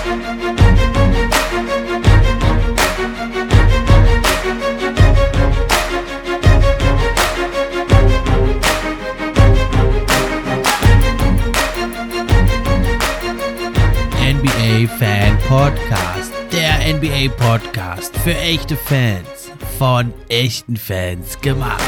NBA Fan Podcast, der NBA Podcast für echte Fans, von echten Fans gemacht.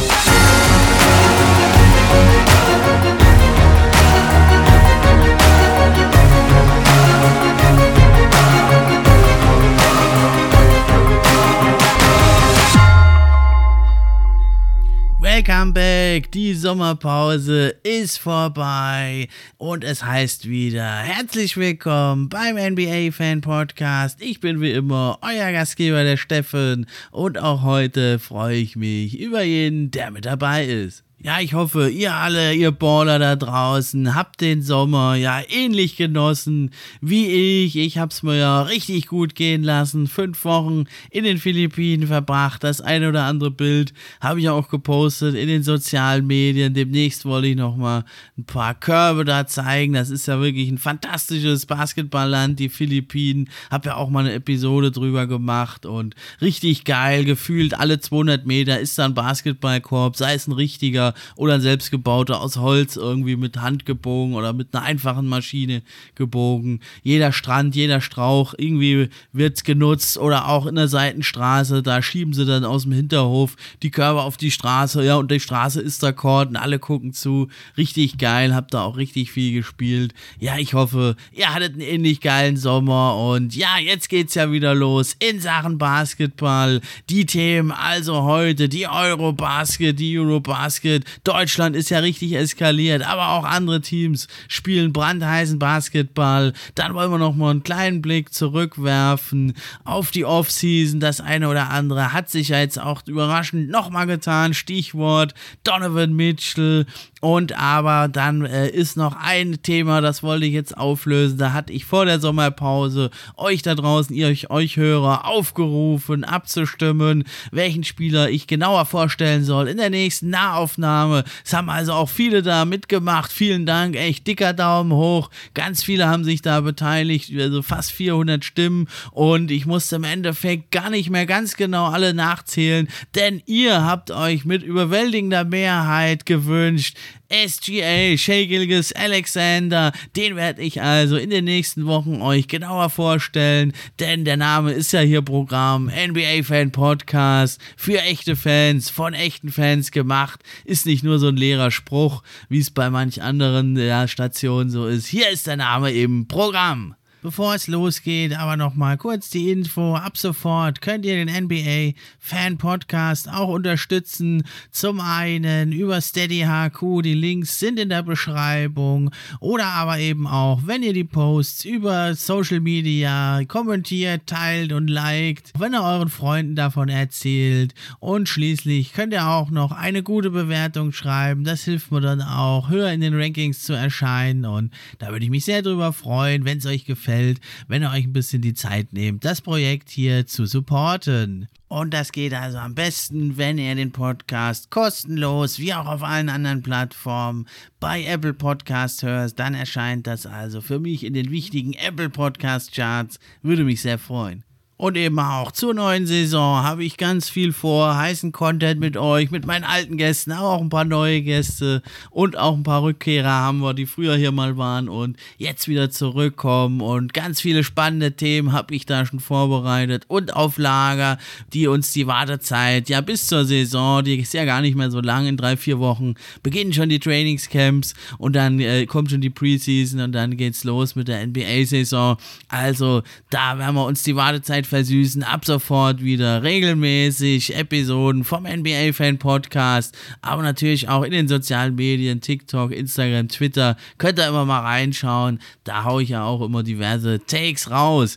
Welcome back, die Sommerpause ist vorbei und es heißt wieder herzlich willkommen beim NBA Fan Podcast. Ich bin wie immer euer Gastgeber, der Steffen, und auch heute freue ich mich über jeden, der mit dabei ist. Ja, ich hoffe, ihr alle, ihr Baller da draußen, habt den Sommer ja ähnlich genossen wie ich. Ich hab's mir ja richtig gut gehen lassen. 5 Wochen in den Philippinen verbracht. Das ein oder andere Bild habe ich auch gepostet in den sozialen Medien. Demnächst wollte ich nochmal ein paar Körbe da zeigen. Das ist ja wirklich ein fantastisches Basketballland, die Philippinen. Hab ja auch mal eine Episode drüber gemacht und richtig geil. Gefühlt alle 200 Meter ist da ein Basketballkorb, sei es ein richtiger oder ein selbstgebauter aus Holz, irgendwie mit Hand gebogen oder mit einer einfachen Maschine gebogen. Jeder Strand, jeder Strauch, irgendwie wird's genutzt, oder auch in der Seitenstraße, da schieben sie dann aus dem Hinterhof die Körbe auf die Straße, ja, und die Straße ist der Court und alle gucken zu. Richtig geil, hab da auch richtig viel gespielt. Ja, ich hoffe, ihr hattet einen ähnlich geilen Sommer und ja, jetzt geht's ja wieder los in Sachen Basketball. Die Themen also heute, die Eurobasket, die Eurobasket. Deutschland ist ja richtig eskaliert, aber auch andere Teams spielen brandheißen Basketball. Dann wollen wir nochmal einen kleinen Blick zurückwerfen auf die Offseason. Das eine oder andere hat sich ja jetzt auch überraschend nochmal getan. Stichwort Donovan Mitchell. Und aber dann ist noch ein Thema, das wollte ich jetzt auflösen. Da hatte ich vor der Sommerpause euch da draußen, euch Hörer, aufgerufen, abzustimmen, welchen Spieler ich genauer vorstellen soll in der nächsten Nahaufnahme. Es haben also auch viele da mitgemacht. Vielen Dank, echt dicker Daumen hoch. Ganz viele haben sich da beteiligt, also fast 400 Stimmen. Und ich musste im Endeffekt gar nicht mehr ganz genau alle nachzählen, denn ihr habt euch mit überwältigender Mehrheit gewünscht, SGA, Shai Gilgeous-Alexander, den werde ich also in den nächsten Wochen euch genauer vorstellen, denn der Name ist ja hier Programm, NBA Fan Podcast, für echte Fans, von echten Fans gemacht, ist nicht nur so ein leerer Spruch, wie es bei manch anderen Stationen so ist. Hier ist der Name eben Programm. Bevor es losgeht, aber nochmal kurz die Info. Ab sofort könnt ihr den NBA Fan Podcast auch unterstützen. Zum einen über Steady HQ, die Links sind in der Beschreibung. Oder aber eben auch, wenn ihr die Posts über Social Media kommentiert, teilt und liked, wenn ihr euren Freunden davon erzählt. Und schließlich könnt ihr auch noch eine gute Bewertung schreiben. Das hilft mir dann auch, höher in den Rankings zu erscheinen. Und da würde ich mich sehr drüber freuen, wenn es euch gefällt, wenn ihr euch ein bisschen die Zeit nehmt, das Projekt hier zu supporten. Und das geht also am besten, wenn ihr den Podcast kostenlos, wie auch auf allen anderen Plattformen, bei Apple Podcast hört. Dann erscheint das also für mich in den wichtigen Apple Podcast Charts. Würde mich sehr freuen. Und eben auch zur neuen Saison habe ich ganz viel vor, heißen Content mit euch, mit meinen alten Gästen, aber auch ein paar neue Gäste und auch ein paar Rückkehrer haben wir, die früher hier mal waren und jetzt wieder zurückkommen, und ganz viele spannende Themen habe ich da schon vorbereitet und auf Lager, die uns die Wartezeit, ja, bis zur Saison, die ist ja gar nicht mehr so lang, in 3-4 Wochen beginnen schon die Trainingscamps und dann kommt schon die Preseason und dann geht's los mit der NBA-Saison. Also da werden wir uns die Wartezeit versüßen. Ab sofort wieder regelmäßig Episoden vom NBA Fan Podcast, aber natürlich auch in den sozialen Medien, TikTok, Instagram, Twitter, könnt ihr immer mal reinschauen. Da haue ich ja auch immer diverse Takes raus.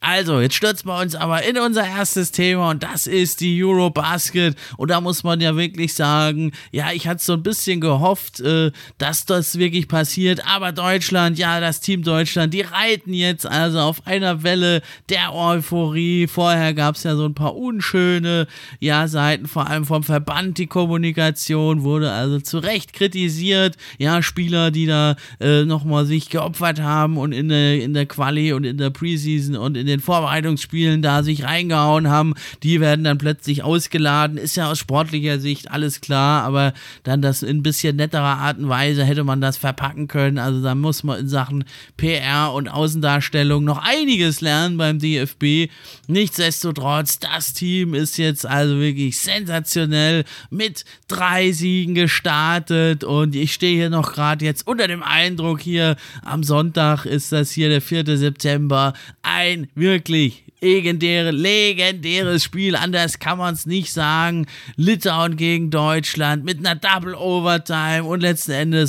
Also, jetzt stürzen wir uns aber in unser erstes Thema und das ist die Eurobasket. Und da muss man ja wirklich sagen, ja, ich hatte so ein bisschen gehofft, dass das wirklich passiert. Aber Deutschland, ja, das Team Deutschland, die reiten jetzt also auf einer Welle der Euphorie. Vorher gab es ja so ein paar unschöne, ja, Seiten, vor allem vom Verband. Die Kommunikation wurde also zu Recht kritisiert. Ja, Spieler, die da nochmal sich geopfert haben und in der Quali und in der Preseason und in den Vorbereitungsspielen da sich reingehauen haben, die werden dann plötzlich ausgeladen, ist ja aus sportlicher Sicht alles klar, aber dann das in ein bisschen netterer Art und Weise hätte man das verpacken können, also da muss man in Sachen PR und Außendarstellung noch einiges lernen beim DFB. Nichtsdestotrotz, das Team ist jetzt also wirklich sensationell mit 3 Siegen gestartet und ich stehe hier noch gerade jetzt unter dem Eindruck hier, am Sonntag ist das hier der 4. September, ein wirklich legendäres Spiel, anders kann man es nicht sagen. Litauen gegen Deutschland mit einer Double Overtime und letzten Endes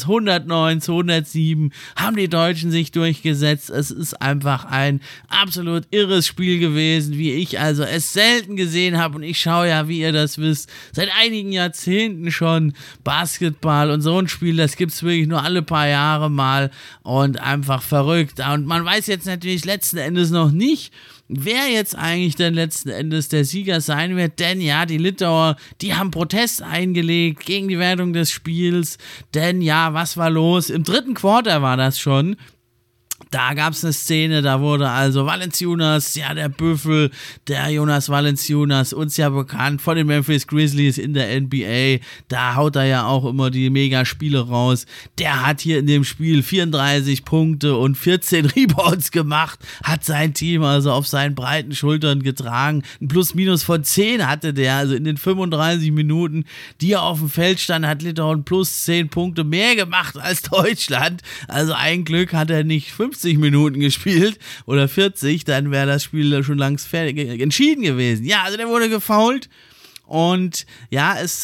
109-107 haben die Deutschen sich durchgesetzt. Es ist einfach ein absolut irres Spiel gewesen, wie ich also es selten gesehen habe und ich schaue ja, wie ihr das wisst, seit einigen Jahrzehnten schon Basketball und so ein Spiel, das gibt es wirklich nur alle paar Jahre mal und einfach verrückt. Und man weiß jetzt natürlich letzten Endes noch nicht, wer jetzt eigentlich denn letzten Endes der Sieger sein wird, denn ja, die Litauer, die haben Protest eingelegt gegen die Wertung des Spiels, denn ja, was war los? Im 3. Quarter war das schon. Da gab es eine Szene, da wurde also Valanciunas, ja der Büffel, der Jonas Valanciunas, uns ja bekannt von den Memphis Grizzlies in der NBA, da haut er ja auch immer die Mega-Spiele raus, der hat hier in dem Spiel 34 Punkte und 14 Rebounds gemacht, hat sein Team also auf seinen breiten Schultern getragen, ein Plus-Minus von 10 hatte der, also in den 35 Minuten, die er auf dem Feld stand, hat Litauen plus 10 Punkte mehr gemacht als Deutschland, also ein Glück hat er nicht 50 Minuten gespielt oder 40, dann wäre das Spiel schon längst entschieden gewesen. Ja, also der wurde gefoult und ja, es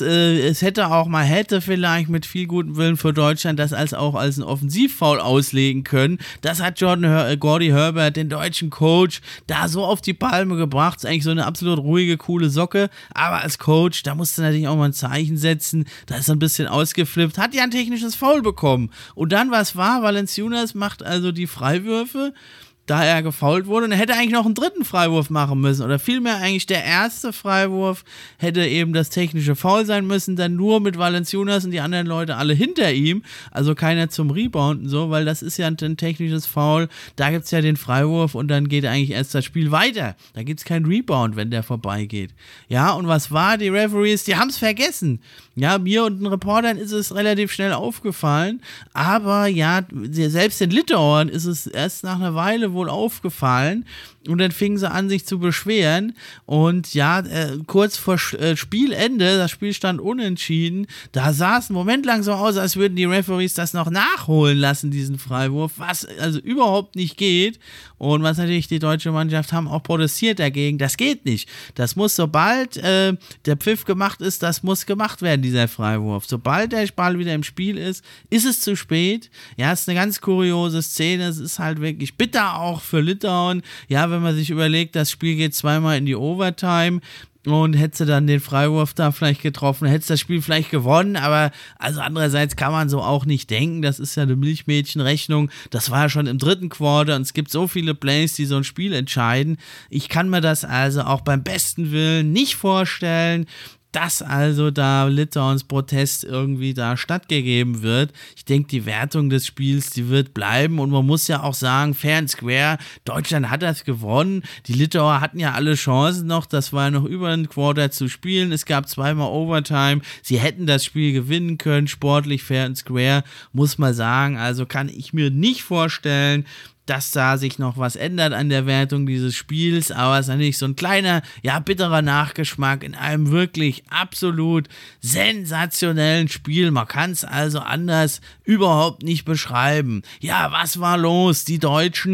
hätte vielleicht mit viel gutem Willen für Deutschland das auch als ein Offensivfoul auslegen können. Das hat Gordy Herbert, den deutschen Coach, da so auf die Palme gebracht. Ist eigentlich so eine absolut ruhige, coole Socke. Aber als Coach, da musste natürlich auch mal ein Zeichen setzen. Da ist er ein bisschen ausgeflippt, hat ja ein technisches Foul bekommen. Und dann, was war? Valanciunas macht also die Freiwürfe, da er gefoult wurde, und er hätte eigentlich noch einen 3. Freiwurf machen müssen, oder vielmehr eigentlich der erste Freiwurf hätte eben das technische Foul sein müssen, dann nur mit Valanciunas und die anderen Leute alle hinter ihm, also keiner zum Rebounden so, weil das ist ja ein technisches Foul, da gibt es ja den Freiwurf und dann geht eigentlich erst das Spiel weiter, da gibt es keinen Rebound, wenn der vorbeigeht. Ja, und was war? Die Referees, die haben es vergessen. Ja, mir und den Reportern ist es relativ schnell aufgefallen, aber ja, selbst den Litauern ist es erst nach einer Weile wohl aufgefallen und dann fingen sie an, sich zu beschweren und ja, kurz vor Spielende, das Spiel stand unentschieden, da sah es einen Moment lang so aus, als würden die Referees das noch nachholen lassen, diesen Freiwurf, was also überhaupt nicht geht und was natürlich die deutsche Mannschaft haben auch protestiert dagegen, das geht nicht, das muss sobald der Pfiff gemacht ist, das muss gemacht werden, dieser Freiwurf, sobald der Ball wieder im Spiel ist es zu spät, ja, es ist eine ganz kuriose Szene, es ist halt wirklich bitter auch für Litauen, ja, wenn man sich überlegt, das Spiel geht zweimal in die Overtime und hätte dann den Freiwurf da vielleicht getroffen, hätte das Spiel vielleicht gewonnen, aber also andererseits kann man so auch nicht denken, das ist ja eine Milchmädchenrechnung, das war ja schon im 3. Quarter und es gibt so viele Plays, die so ein Spiel entscheiden, ich kann mir das also auch beim besten Willen nicht vorstellen, dass also da Litauens Protest irgendwie da stattgegeben wird. Ich denke, die Wertung des Spiels, die wird bleiben und man muss ja auch sagen, fair and square, Deutschland hat das gewonnen, die Litauer hatten ja alle Chancen noch, das war noch über ein Quarter zu spielen, es gab zweimal Overtime, sie hätten das Spiel gewinnen können, sportlich fair and square, muss man sagen, also kann ich mir nicht vorstellen, dass da sich noch was ändert an der Wertung dieses Spiels, aber es ist natürlich so ein kleiner, ja, bitterer Nachgeschmack in einem wirklich absolut sensationellen Spiel. Man kann es also anders überhaupt nicht beschreiben. Ja, was war los? Die Deutschen,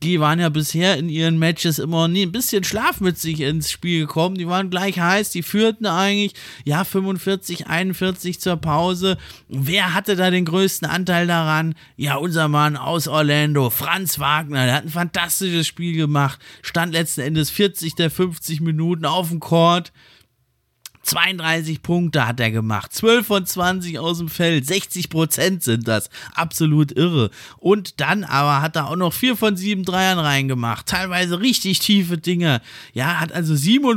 die waren ja bisher in ihren Matches immer nie ein bisschen Schlaf mit sich ins Spiel gekommen. Die waren gleich heiß, die führten eigentlich, 45-41 zur Pause. Wer hatte da den größten Anteil daran? Ja, unser Mann aus Orlando, Franz Wagner, der hat ein fantastisches Spiel gemacht, stand letzten Endes 40 der 50 Minuten auf dem Court. 32 Punkte hat er gemacht, 12 von 20 aus dem Feld, 60% sind das, absolut irre. Und dann aber hat er auch noch 4 von 7 Dreiern reingemacht, teilweise richtig tiefe Dinger. Ja, hat also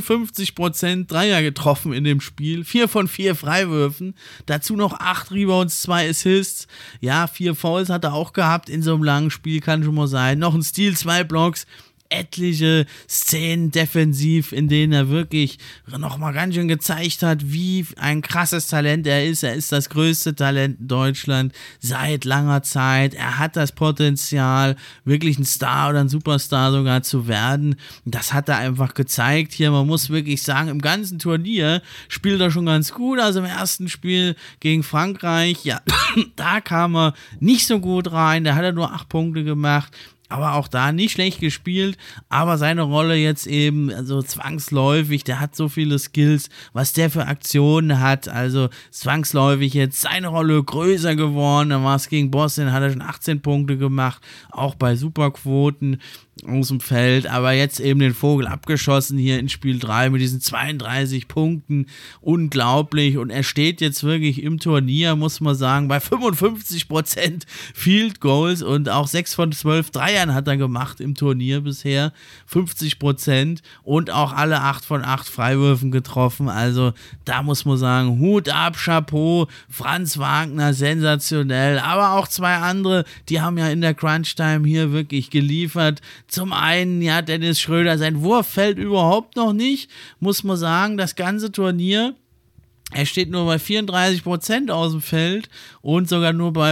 57% Dreier getroffen in dem Spiel, 4 von 4 Freiwürfen, dazu noch 8 Rebounds, 2 Assists, 4 Fouls hat er auch gehabt in so einem langen Spiel, kann schon mal sein, noch ein Steal, 2 Blocks, etliche Szenen defensiv, in denen er wirklich nochmal ganz schön gezeigt hat, wie ein krasses Talent er ist. Er ist das größte Talent in Deutschland seit langer Zeit. Er hat das Potenzial, wirklich ein Star oder ein Superstar sogar zu werden. Das hat er einfach gezeigt. Hier, man muss wirklich sagen, im ganzen Turnier spielt er schon ganz gut. Also im ersten Spiel gegen Frankreich, da kam er nicht so gut rein. Da hat er nur 8 Punkte gemacht. Aber auch da nicht schlecht gespielt, aber seine Rolle jetzt eben, also zwangsläufig, der hat so viele Skills, was der für Aktionen hat, also zwangsläufig jetzt seine Rolle größer geworden, dann war es gegen Bosnien, hat er schon 18 Punkte gemacht, auch bei Superquoten aus dem Feld, aber jetzt eben den Vogel abgeschossen hier in Spiel 3 mit diesen 32 Punkten, unglaublich, und er steht jetzt wirklich im Turnier, muss man sagen, bei 55% Field Goals und auch 6 von 12 Dreiern hat er gemacht im Turnier bisher, 50% und auch alle 8 von 8 Freiwürfen getroffen, also da muss man sagen, Hut ab, Chapeau, Franz Wagner, sensationell, aber auch 2 andere, die haben ja in der Crunch-Time hier wirklich geliefert. Zum einen, Dennis Schröder, sein Wurf fällt überhaupt noch nicht, muss man sagen, das ganze Turnier. Er steht nur bei 34% aus dem Feld und sogar nur bei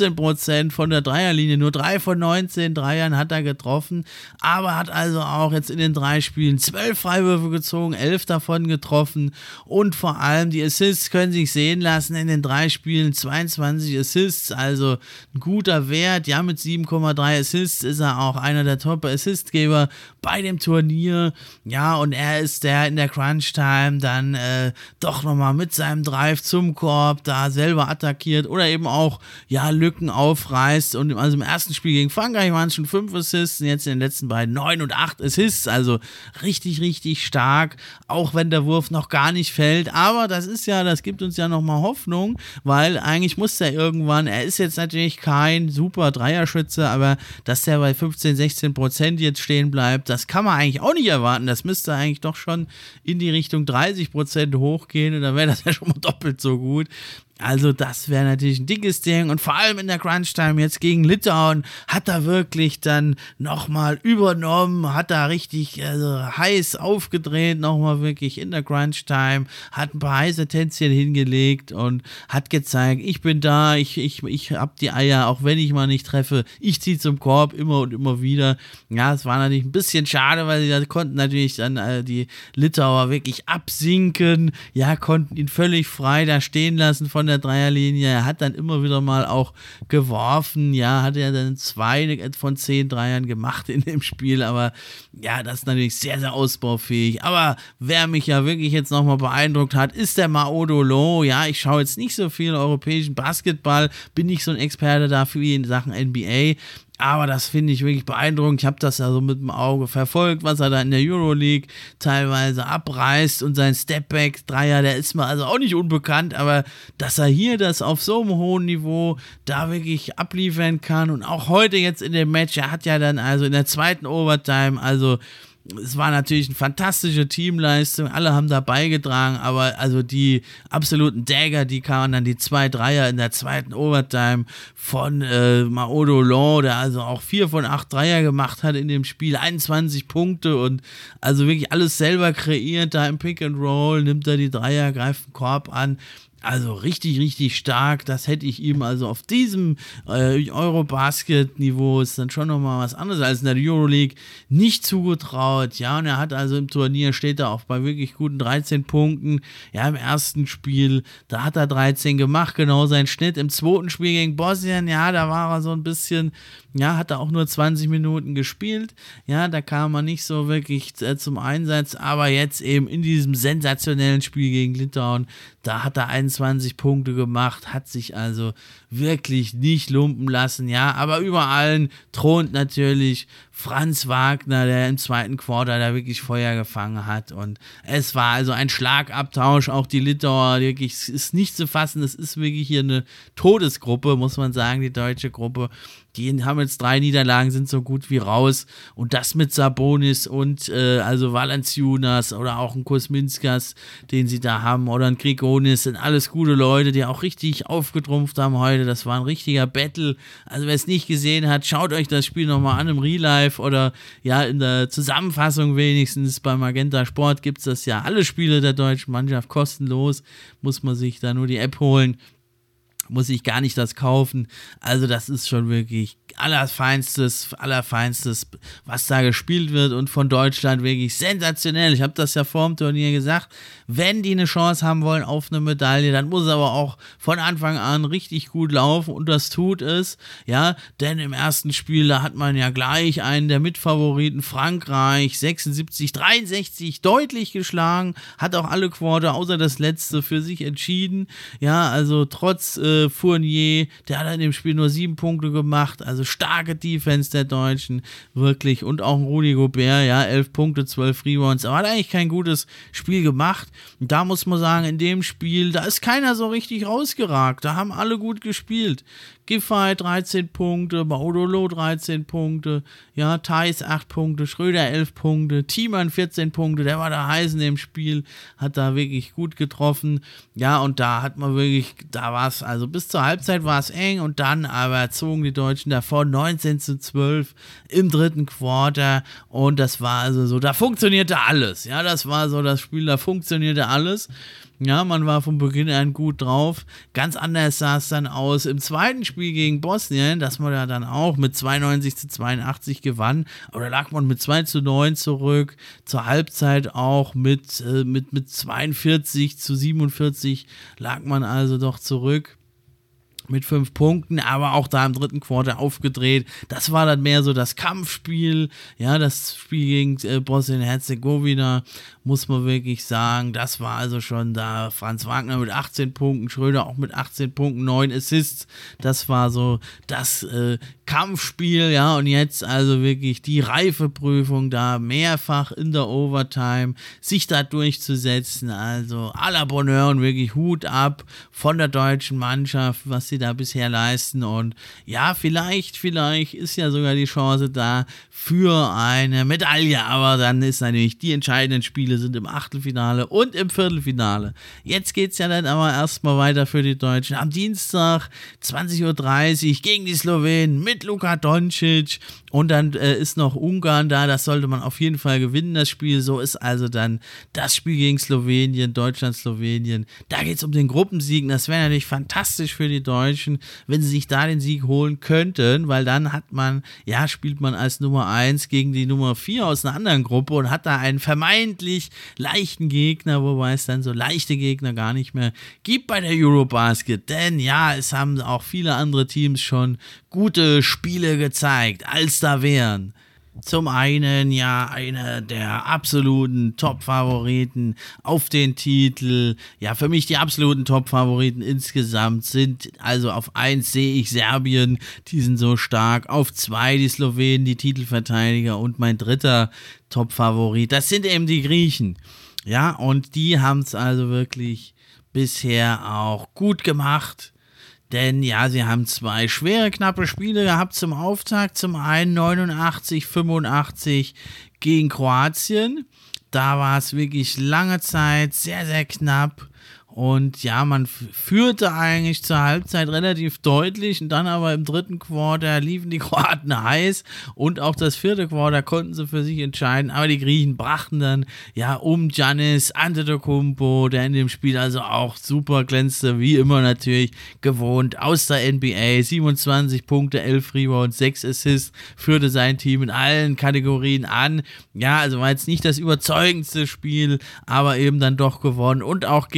15% von der Dreierlinie. Nur 3 von 19 Dreiern hat er getroffen, aber hat also auch jetzt in den 3 Spielen 12 Freiwürfe gezogen, 11 davon getroffen, und vor allem die Assists können sich sehen lassen in den 3 Spielen, 22 Assists, also ein guter Wert. Ja, mit 7,3 Assists ist er auch einer der Top-Assistgeber bei dem Turnier. Ja, und er ist der in der Crunch-Time dann doch nochmal mit seinem Drive zum Korb da selber attackiert oder eben auch, Lücken aufreißt, und also im ersten Spiel gegen Frankreich waren es schon 5 Assists, und jetzt in den letzten beiden 9 und 8 Assists, also richtig, richtig stark, auch wenn der Wurf noch gar nicht fällt, aber das gibt uns ja nochmal Hoffnung, weil eigentlich muss er irgendwann, er ist jetzt natürlich kein super Dreierschütze, aber dass der bei 15-16% jetzt stehen bleibt, das kann man eigentlich auch nicht erwarten, das müsste eigentlich doch schon in die Richtung 30% hochgehen, und dann wäre das ja schon mal doppelt so gut. Also das wäre natürlich ein dickes Ding, und vor allem in der Crunch-Time jetzt gegen Litauen hat er wirklich dann nochmal übernommen, hat da richtig heiß aufgedreht, nochmal wirklich in der Crunch-Time, hat ein paar heiße Tänzchen hingelegt und hat gezeigt, ich bin da, ich hab die Eier, auch wenn ich mal nicht treffe, ich ziehe zum Korb immer und immer wieder. Ja, es war natürlich ein bisschen schade, weil sie konnten natürlich dann die Litauer wirklich absinken, konnten ihn völlig frei da stehen lassen von der Dreierlinie. Er hat dann immer wieder mal auch geworfen, hat er dann 2 von 10 Dreiern gemacht in dem Spiel, aber das ist natürlich sehr, sehr ausbaufähig. Aber wer mich ja wirklich jetzt nochmal beeindruckt hat, ist der Maodolo. Ich schaue jetzt nicht so viel europäischen Basketball, bin nicht so ein Experte dafür wie in Sachen NBA, aber das finde ich wirklich beeindruckend. Ich habe das ja so mit dem Auge verfolgt, was er da in der Euroleague teilweise abreißt, und sein Stepback-Dreier, der ist mir also auch nicht unbekannt, aber dass er hier das auf so einem hohen Niveau da wirklich abliefern kann, und auch heute jetzt in dem Match, er hat ja dann also in der zweiten Overtime, also es war natürlich eine fantastische Teamleistung, alle haben da beigetragen, aber also die absoluten Dagger, die kamen dann die 2 Dreier in der zweiten Overtime von Maodolo, der also auch 4 von 8 Dreier gemacht hat in dem Spiel, 21 Punkte, und also wirklich alles selber kreiert, da im Pick and Roll, nimmt er die Dreier, greift den Korb an. Also richtig, richtig stark. Das hätte ich ihm also auf diesem Eurobasket-Niveau, ist dann schon nochmal was anderes als in der Euroleague, nicht zugetraut. Und er hat also im Turnier, steht er auch bei wirklich guten 13 Punkten. Im ersten Spiel, da hat er 13 gemacht, genau sein Schnitt. Im zweiten Spiel gegen Bosnien, da war er so ein bisschen, ja, hat er auch nur 20 Minuten gespielt, ja, da kam er nicht so wirklich zum Einsatz, aber jetzt eben in diesem sensationellen Spiel gegen Litauen, da hat er 21 Punkte gemacht, hat sich also wirklich nicht lumpen lassen, ja, aber über allen thront natürlich Franz Wagner, der im zweiten Quarter da wirklich Feuer gefangen hat, und es war also ein Schlagabtausch, auch die Litauer, wirklich, es ist nicht zu fassen, es ist wirklich hier eine Todesgruppe, muss man sagen, die deutsche Gruppe. Die haben jetzt 3 Niederlagen, sind so gut wie raus. Und das mit Sabonis und also Valanciunas oder auch ein Kuzminskas, den sie da haben, oder ein Grigonis, sind alles gute Leute, die auch richtig aufgetrumpft haben heute. Das war ein richtiger Battle. Also wer es nicht gesehen hat, schaut euch das Spiel nochmal an im Real Life oder ja in der Zusammenfassung wenigstens. Bei Magenta Sport gibt es das ja, alle Spiele der deutschen Mannschaft kostenlos. Muss man sich da nur die App holen. Muss ich gar nicht das kaufen. Also das ist schon wirklich allerfeinstes, was da gespielt wird, und von Deutschland wirklich sensationell. Ich habe das ja vor dem Turnier gesagt, wenn die eine Chance haben wollen auf eine Medaille, dann muss es aber auch von Anfang an richtig gut laufen, und das tut es, ja, denn im ersten Spiel, da hat man ja gleich einen der Mitfavoriten, Frankreich, 76-63, deutlich geschlagen, hat auch alle Quarter außer das letzte für sich entschieden, ja, also trotz Fournier, der hat in dem Spiel nur 7 Punkte gemacht, also starke Defense der Deutschen, wirklich, und auch ein Rudy Gobert, ja, 11 Punkte, 12 Rebounds, aber hat eigentlich kein gutes Spiel gemacht, und da muss man sagen, in dem Spiel, da ist keiner so richtig rausgeragt, da haben alle gut gespielt. Giffey 13 Punkte, Baudolo 13 Punkte, ja, Theis 8 Punkte, Schröder 11 Punkte, Thiemann 14 Punkte, der war da heiß in dem Spiel, hat da wirklich gut getroffen, ja, und da hat man wirklich, da war es, also bis zur Halbzeit war es eng, und dann aber zogen die Deutschen davon 19-12 im dritten Quarter, und das war also so, da funktionierte alles, ja, das war so das Spiel, da funktionierte alles. Ja, man war von Beginn an gut drauf. Ganz anders sah es dann aus im zweiten Spiel gegen Bosnien, dass man da dann auch mit 92-82 gewann. Aber da lag man mit 2-9 zurück. Zur Halbzeit auch mit 42-47 lag man also doch zurück. Mit 5 Punkten, aber auch da im dritten Quarter aufgedreht. Das war dann mehr so das Kampfspiel, ja, das Spiel gegen Bosnien-Herzegowina, muss man wirklich sagen. Das war also schon da, Franz Wagner mit 18 Punkten, Schröder auch mit 18 Punkten, 9 Assists. Das war so das Kampfspiel, ja, und jetzt also wirklich die Reifeprüfung da, mehrfach in der Overtime, sich da durchzusetzen. Also à la Bonheur und wirklich Hut ab von der deutschen Mannschaft, was sie da bisher leisten, und ja, vielleicht ist ja sogar die Chance da für eine Medaille, aber dann ist natürlich, die entscheidenden Spiele sind im Achtelfinale und im Viertelfinale. Jetzt geht es ja dann aber erstmal weiter für die Deutschen. Am Dienstag 20:30 Uhr gegen die Slowenen mit Luka Doncic, und dann ist noch Ungarn da, das sollte man auf jeden Fall gewinnen, das Spiel. So ist also dann das Spiel gegen Slowenien, Deutschland-Slowenien. Da geht es um den Gruppensieg, das wäre natürlich fantastisch für die Deutschen, wenn sie sich da den Sieg holen könnten, weil dann spielt man als Nummer 1 gegen die Nummer 4 aus einer anderen Gruppe und hat da einen vermeintlich leichten Gegner, wobei es dann so leichte Gegner gar nicht mehr gibt bei der Eurobasket, denn ja, es haben auch viele andere Teams schon gute Spiele gezeigt, als da wären. Zum einen ja einer der absoluten Top-Favoriten auf den Titel. Ja, für mich die absoluten Top-Favoriten insgesamt sind, also auf 1 sehe ich Serbien, die sind so stark. Auf 2 die Slowenen, die Titelverteidiger, und mein dritter Top-Favorit, das sind eben die Griechen. Ja, und die haben es also wirklich bisher auch gut gemacht. Denn ja, sie haben 2 schwere, knappe Spiele gehabt zum Auftakt. Zum einen 89-85 gegen Kroatien. Da war es wirklich lange Zeit sehr, sehr knapp. Und ja, man führte eigentlich zur Halbzeit relativ deutlich, und dann aber im dritten Quarter liefen die Kroaten heiß, und auch das vierte Quarter konnten sie für sich entscheiden, aber die Griechen brachten dann ja um Giannis Antetokounmpo, der in dem Spiel also auch super glänzte, wie immer natürlich gewohnt, aus der NBA, 27 Punkte, 11 Rebounds, 6 Assists, führte sein Team in allen Kategorien an. Ja, also war jetzt nicht das überzeugendste Spiel, aber eben dann doch gewonnen, und auch gegen die Italiener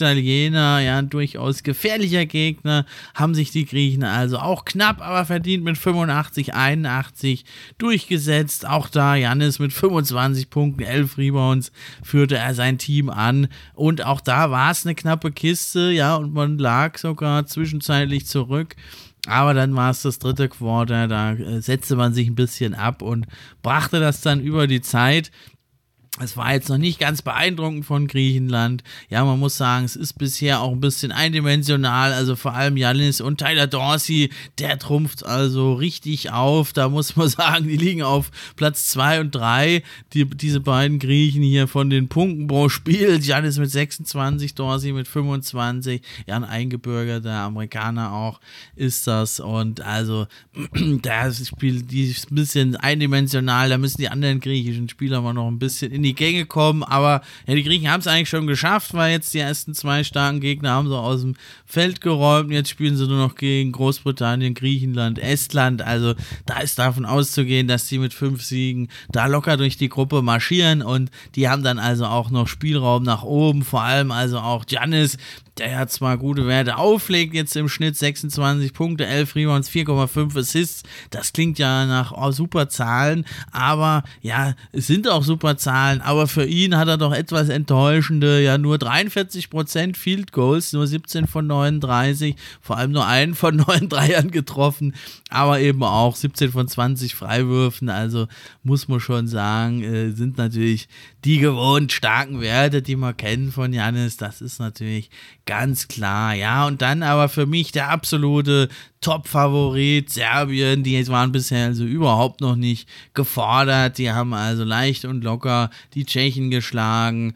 Italiener, ja, durchaus gefährlicher Gegner, haben sich die Griechen also auch knapp, aber verdient mit 85-81 durchgesetzt. Auch da Giannis mit 25 Punkten, 11 Rebounds führte er sein Team an und auch da war es eine knappe Kiste, ja, und man lag sogar zwischenzeitlich zurück. Aber dann war es das dritte Quarter, da setzte man sich ein bisschen ab und brachte das dann über die Zeit. Es war jetzt noch nicht ganz beeindruckend von Griechenland. Ja, man muss sagen, es ist bisher auch ein bisschen eindimensional. Also vor allem Giannis und Tyler Dorsey, der trumpft also richtig auf. Da muss man sagen, die liegen auf Platz 2 und 3. Diese beiden Griechen hier von den Punkten pro Spiel. Giannis mit 26, Dorsey mit 25. Ja, ein eingebürgerter Amerikaner auch ist das. Und also, das Spiel, die ist ein bisschen eindimensional. Da müssen die anderen griechischen Spieler mal noch ein bisschen in die Gänge kommen, aber ja, die Griechen haben es eigentlich schon geschafft, weil jetzt die ersten zwei starken Gegner haben sie aus dem Feld geräumt und jetzt spielen sie nur noch gegen Großbritannien, Griechenland, Estland, also da ist davon auszugehen, dass die mit 5 Siegen da locker durch die Gruppe marschieren und die haben dann also auch noch Spielraum nach oben, vor allem also auch Giannis, der ja zwar gute Werte auflegt, jetzt im Schnitt 26 Punkte, 11 Rebounds, 4,5 Assists, das klingt ja nach super Zahlen, aber ja, es sind auch super Zahlen, aber für ihn hat er doch etwas enttäuschende, ja nur 43% Field Goals, nur 17 von 39, vor allem nur einen von 9 Dreiern getroffen, aber eben auch 17 von 20 Freiwürfen, also muss man schon sagen, sind natürlich die gewohnt starken Werte, die man kennt von Giannis, das ist natürlich ganz klar, ja, und dann aber für mich der absolute Top-Favorit Serbien, die waren bisher also überhaupt noch nicht gefordert, die haben also leicht und locker die Tschechen geschlagen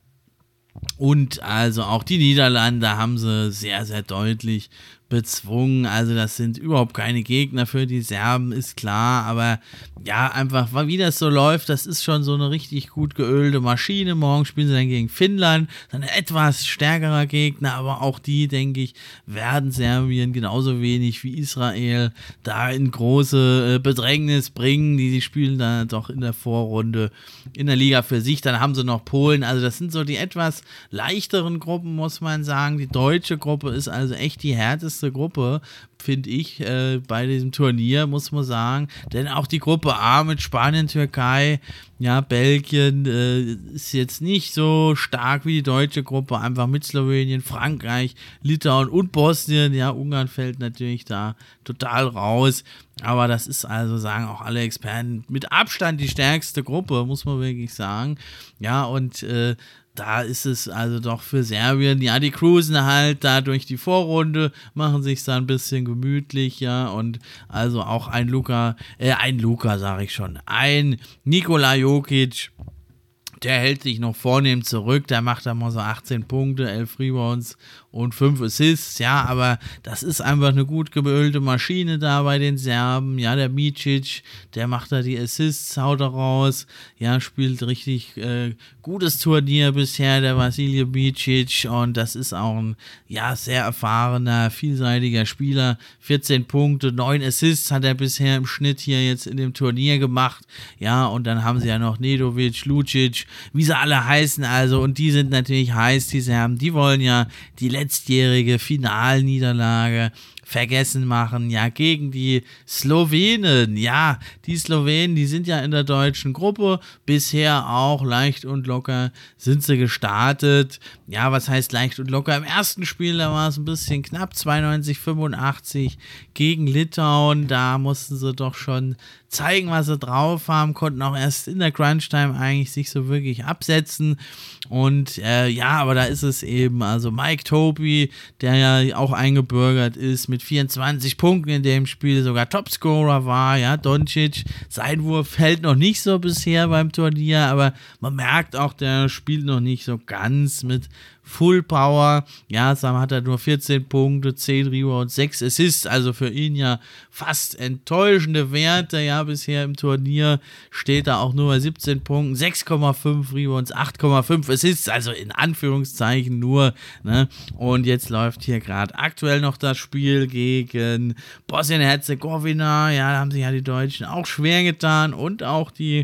und also auch die Niederlande haben sie sehr, sehr deutlich bezwungen, also das sind überhaupt keine Gegner für die Serben, ist klar, aber ja, einfach, wie das so läuft, das ist schon so eine richtig gut geölte Maschine. Morgen spielen sie dann gegen Finnland, dann ein etwas stärkerer Gegner, aber auch die, denke ich, werden Serbien genauso wenig wie Israel da in große Bedrängnis bringen, die spielen da doch in der Vorrunde in der Liga für sich, dann haben sie noch Polen, also das sind so die etwas leichteren Gruppen, muss man sagen, die deutsche Gruppe ist also echt die härteste Gruppe, finde ich, bei diesem Turnier, muss man sagen, denn auch die Gruppe A mit Spanien, Türkei, ja, Belgien ist jetzt nicht so stark wie die deutsche Gruppe, einfach mit Slowenien, Frankreich, Litauen und Bosnien, ja, Ungarn fällt natürlich da total raus, aber das ist also, sagen auch alle Experten, mit Abstand die stärkste Gruppe, muss man wirklich sagen, ja, und da ist es also doch für Serbien, ja, die cruisen halt da durch die Vorrunde, machen sich da ein bisschen gemütlich, ja, und also auch ein Nikola Jokic, der hält sich noch vornehm zurück, der macht da mal so 18 Punkte, 11 Rebounds und 5 Assists, ja, aber das ist einfach eine gut geölte Maschine da bei den Serben, ja, der Micic, der macht da die Assists, haut da raus, ja, spielt richtig gutes Turnier bisher, der Vasilije Micic, und das ist auch ein, ja, sehr erfahrener, vielseitiger Spieler, 14 Punkte, 9 Assists hat er bisher im Schnitt hier jetzt in dem Turnier gemacht, ja, und dann haben sie ja noch Nedovic, Lucic, wie sie alle heißen, also, und die sind natürlich heiß, die Serben, die wollen ja die letztjährige Finalniederlage vergessen machen, ja, gegen die Slowenen, ja, die Slowenen, die sind ja in der deutschen Gruppe, bisher auch leicht und locker sind sie gestartet, ja, was heißt leicht und locker, im ersten Spiel, da war es ein bisschen knapp, 92-85 gegen Litauen, da mussten sie doch schon zeigen, was sie drauf haben, konnten auch erst in der Crunch-Time eigentlich sich so wirklich absetzen und ja, aber da ist es eben, also Mike Tobey, der ja auch eingebürgert ist mit 24 Punkten in dem Spiel, sogar Topscorer war, ja, Doncic, sein Wurf fällt noch nicht so bisher beim Turnier, aber man merkt auch, der spielt noch nicht so ganz mit Full Power, ja, Sam hat er nur 14 Punkte, 10 Rebounds, 6 Assists, also für ihn ja fast enttäuschende Werte, ja, bisher im Turnier steht er auch nur bei 17 Punkten, 6,5 Rebounds, 8,5 Assists, also in Anführungszeichen nur, ne, und jetzt läuft hier gerade aktuell noch das Spiel gegen Bosnien-Herzegowina, ja, da haben sich ja die Deutschen auch schwer getan und auch die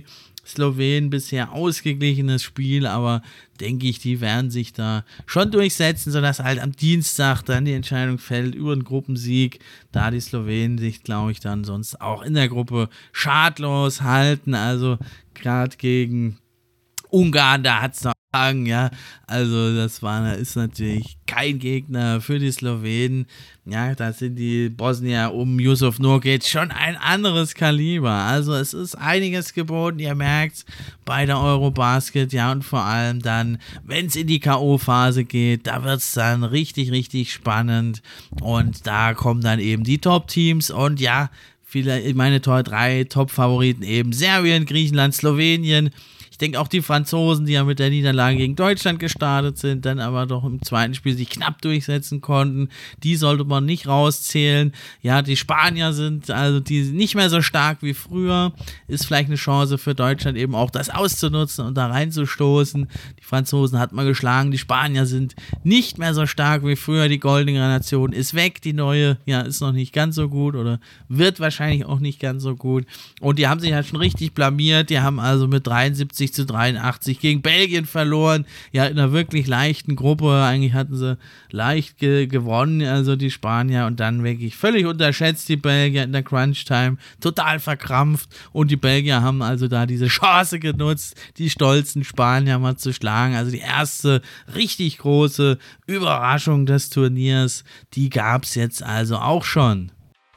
Slowenen bisher ausgeglichenes Spiel, aber denke ich, die werden sich da schon durchsetzen, sodass halt am Dienstag dann die Entscheidung fällt über den Gruppensieg, da die Slowenen sich, glaube ich, dann sonst auch in der Gruppe schadlos halten, also gerade gegen Ungarn, da hat es noch ja, also ist natürlich kein Gegner für die Slowenen. Ja, da sind die Bosnier um Yusuf Nurkic schon ein anderes Kaliber. Also es ist einiges geboten, ihr merkt's bei der Eurobasket, ja, und vor allem dann, wenn es in die K.O.-Phase geht, da wird es dann richtig, richtig spannend und da kommen dann eben die Top-Teams und ja, meine 3 Top-Favoriten eben Serbien, Griechenland, Slowenien. Ich denke auch die Franzosen, die ja mit der Niederlage gegen Deutschland gestartet sind, dann aber doch im zweiten Spiel sich knapp durchsetzen konnten, die sollte man nicht rauszählen. Ja, die Spanier sind also die nicht mehr so stark wie früher, ist vielleicht eine Chance für Deutschland eben auch das auszunutzen und da reinzustoßen. Die Franzosen hat man geschlagen, die Spanier sind nicht mehr so stark wie früher, die goldene Generation ist weg, die neue, ja, ist noch nicht ganz so gut oder wird wahrscheinlich auch nicht ganz so gut und die haben sich halt schon richtig blamiert, die haben also mit 73-83 gegen Belgien verloren, ja, in einer wirklich leichten Gruppe, eigentlich hatten sie leicht gewonnen, also die Spanier und dann wirklich völlig unterschätzt die Belgier in der Crunch-Time, total verkrampft und die Belgier haben also da diese Chance genutzt, die stolzen Spanier mal zu schlagen, also die erste richtig große Überraschung des Turniers, die gab es jetzt also auch schon.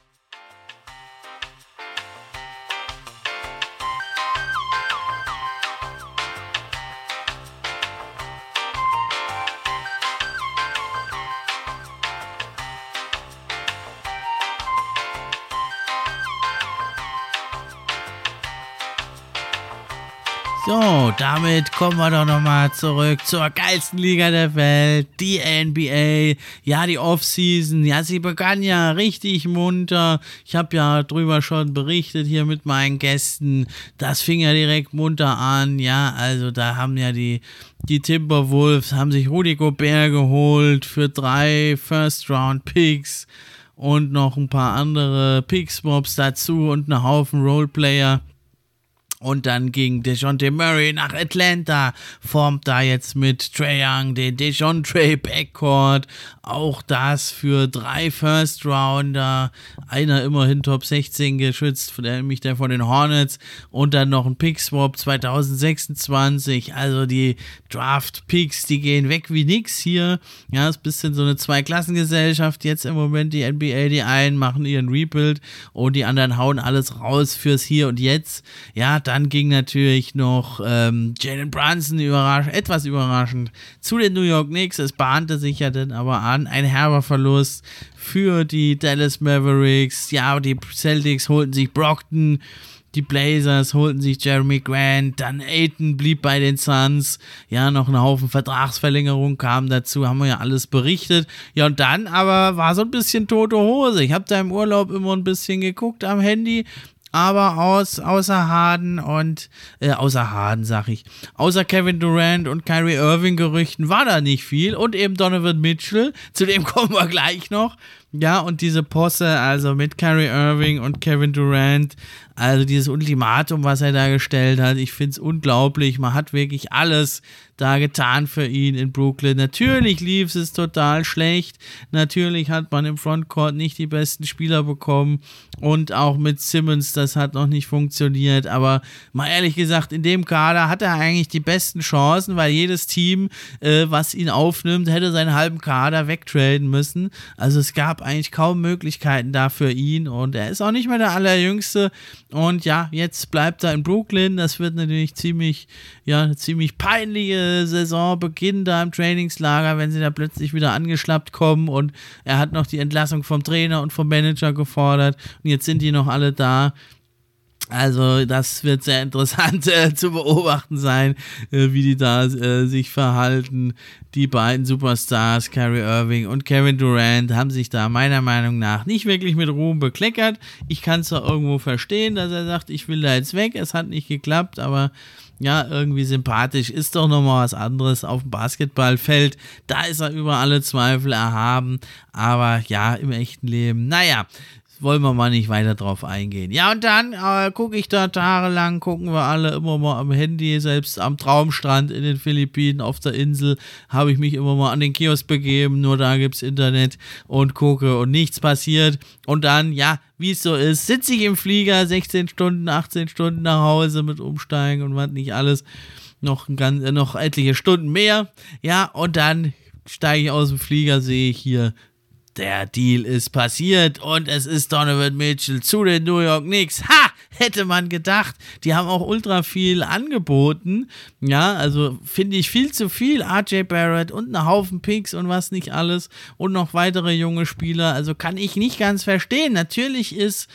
So, damit kommen wir doch nochmal zurück zur geilsten Liga der Welt, die NBA. Ja, die Offseason, ja, sie begann ja richtig munter. Ich habe ja drüber schon berichtet hier mit meinen Gästen. Das fing ja direkt munter an. Ja, also da haben ja die Timberwolves, haben sich Rudy Gobert geholt für 3 First-Round-Picks und noch ein paar andere Pick-Swaps dazu und einen Haufen Roleplayer. Und dann ging DeJounte Murray nach Atlanta, formt da jetzt mit Trae Young den DeJounte Backcourt. Auch das für 3 First-Rounder, einer immerhin Top 16 geschützt, nämlich der von den Hornets. Und dann noch ein Pick-Swap 2026. Also die Draft-Picks, die gehen weg wie nix hier. Ja, ist ein bisschen so eine Zweiklassengesellschaft. Jetzt im Moment die NBA, die einen machen ihren Rebuild und die anderen hauen alles raus fürs Hier und Jetzt. Ja, dann ging natürlich noch Jalen Brunson etwas überraschend zu den New York Knicks. Es bahnte sich ja dann aber an, ein herber Verlust für die Dallas Mavericks. Ja, die Celtics holten sich Brogdon, die Blazers holten sich Jeremy Grant, dann Ayton blieb bei den Suns. Ja, noch ein Haufen Vertragsverlängerung kam dazu, haben wir ja alles berichtet. Ja, und dann aber war so ein bisschen tote Hose. Ich habe da im Urlaub immer ein bisschen geguckt am Handy, aber außer Kevin Durant und Kyrie Irving Gerüchten war da nicht viel und eben Donovan Mitchell, zu dem kommen wir gleich noch. Ja, und diese Posse, also mit Kyrie Irving und Kevin Durant, also dieses Ultimatum, was er da gestellt hat, ich finde es unglaublich. Man hat wirklich alles da getan für ihn in Brooklyn. Natürlich lief es total schlecht. Natürlich hat man im Frontcourt nicht die besten Spieler bekommen. Und auch mit Simmons, das hat noch nicht funktioniert. Aber mal ehrlich gesagt, in dem Kader hat er eigentlich die besten Chancen, weil jedes Team, was ihn aufnimmt, hätte seinen halben Kader wegtraden müssen. Also es gab eigentlich kaum Möglichkeiten da für ihn. Und er ist auch nicht mehr der Allerjüngste. Und ja, jetzt bleibt er in Brooklyn. Das wird natürlich eine ziemlich peinliche Saisonbeginn da im Trainingslager, wenn sie da plötzlich wieder angeschlappt kommen. Und er hat noch die Entlassung vom Trainer und vom Manager gefordert. Und jetzt sind die noch alle da. Also das wird sehr interessant zu beobachten sein, wie die da sich verhalten. Die beiden Superstars, Kyrie Irving und Kevin Durant, haben sich da meiner Meinung nach nicht wirklich mit Ruhm bekleckert. Ich kann es zwar irgendwo verstehen, dass er sagt, ich will da jetzt weg, es hat nicht geklappt, aber ja, irgendwie sympathisch, ist doch nochmal was anderes auf dem Basketballfeld. Da ist er über alle Zweifel erhaben, aber ja, im echten Leben, naja, wollen wir mal nicht weiter drauf eingehen. Ja, und dann gucke ich da tagelang, gucken wir alle immer mal am Handy, selbst am Traumstrand in den Philippinen auf der Insel habe ich mich immer mal an den Kiosk begeben, nur da gibt's Internet und gucke und nichts passiert. Und dann, ja, wie es so ist, sitze ich im Flieger 16 Stunden, 18 Stunden nach Hause mit Umsteigen und was nicht alles, noch etliche Stunden mehr. Ja, und dann steige ich aus dem Flieger, sehe ich hier, der Deal ist passiert und es ist Donovan Mitchell zu den New York Knicks. Ha! Hätte man gedacht. Die haben auch ultra viel angeboten. Ja, also finde ich viel zu viel. RJ Barrett und ein Haufen Picks und was nicht alles und noch weitere junge Spieler. Also kann ich nicht ganz verstehen. Natürlich ist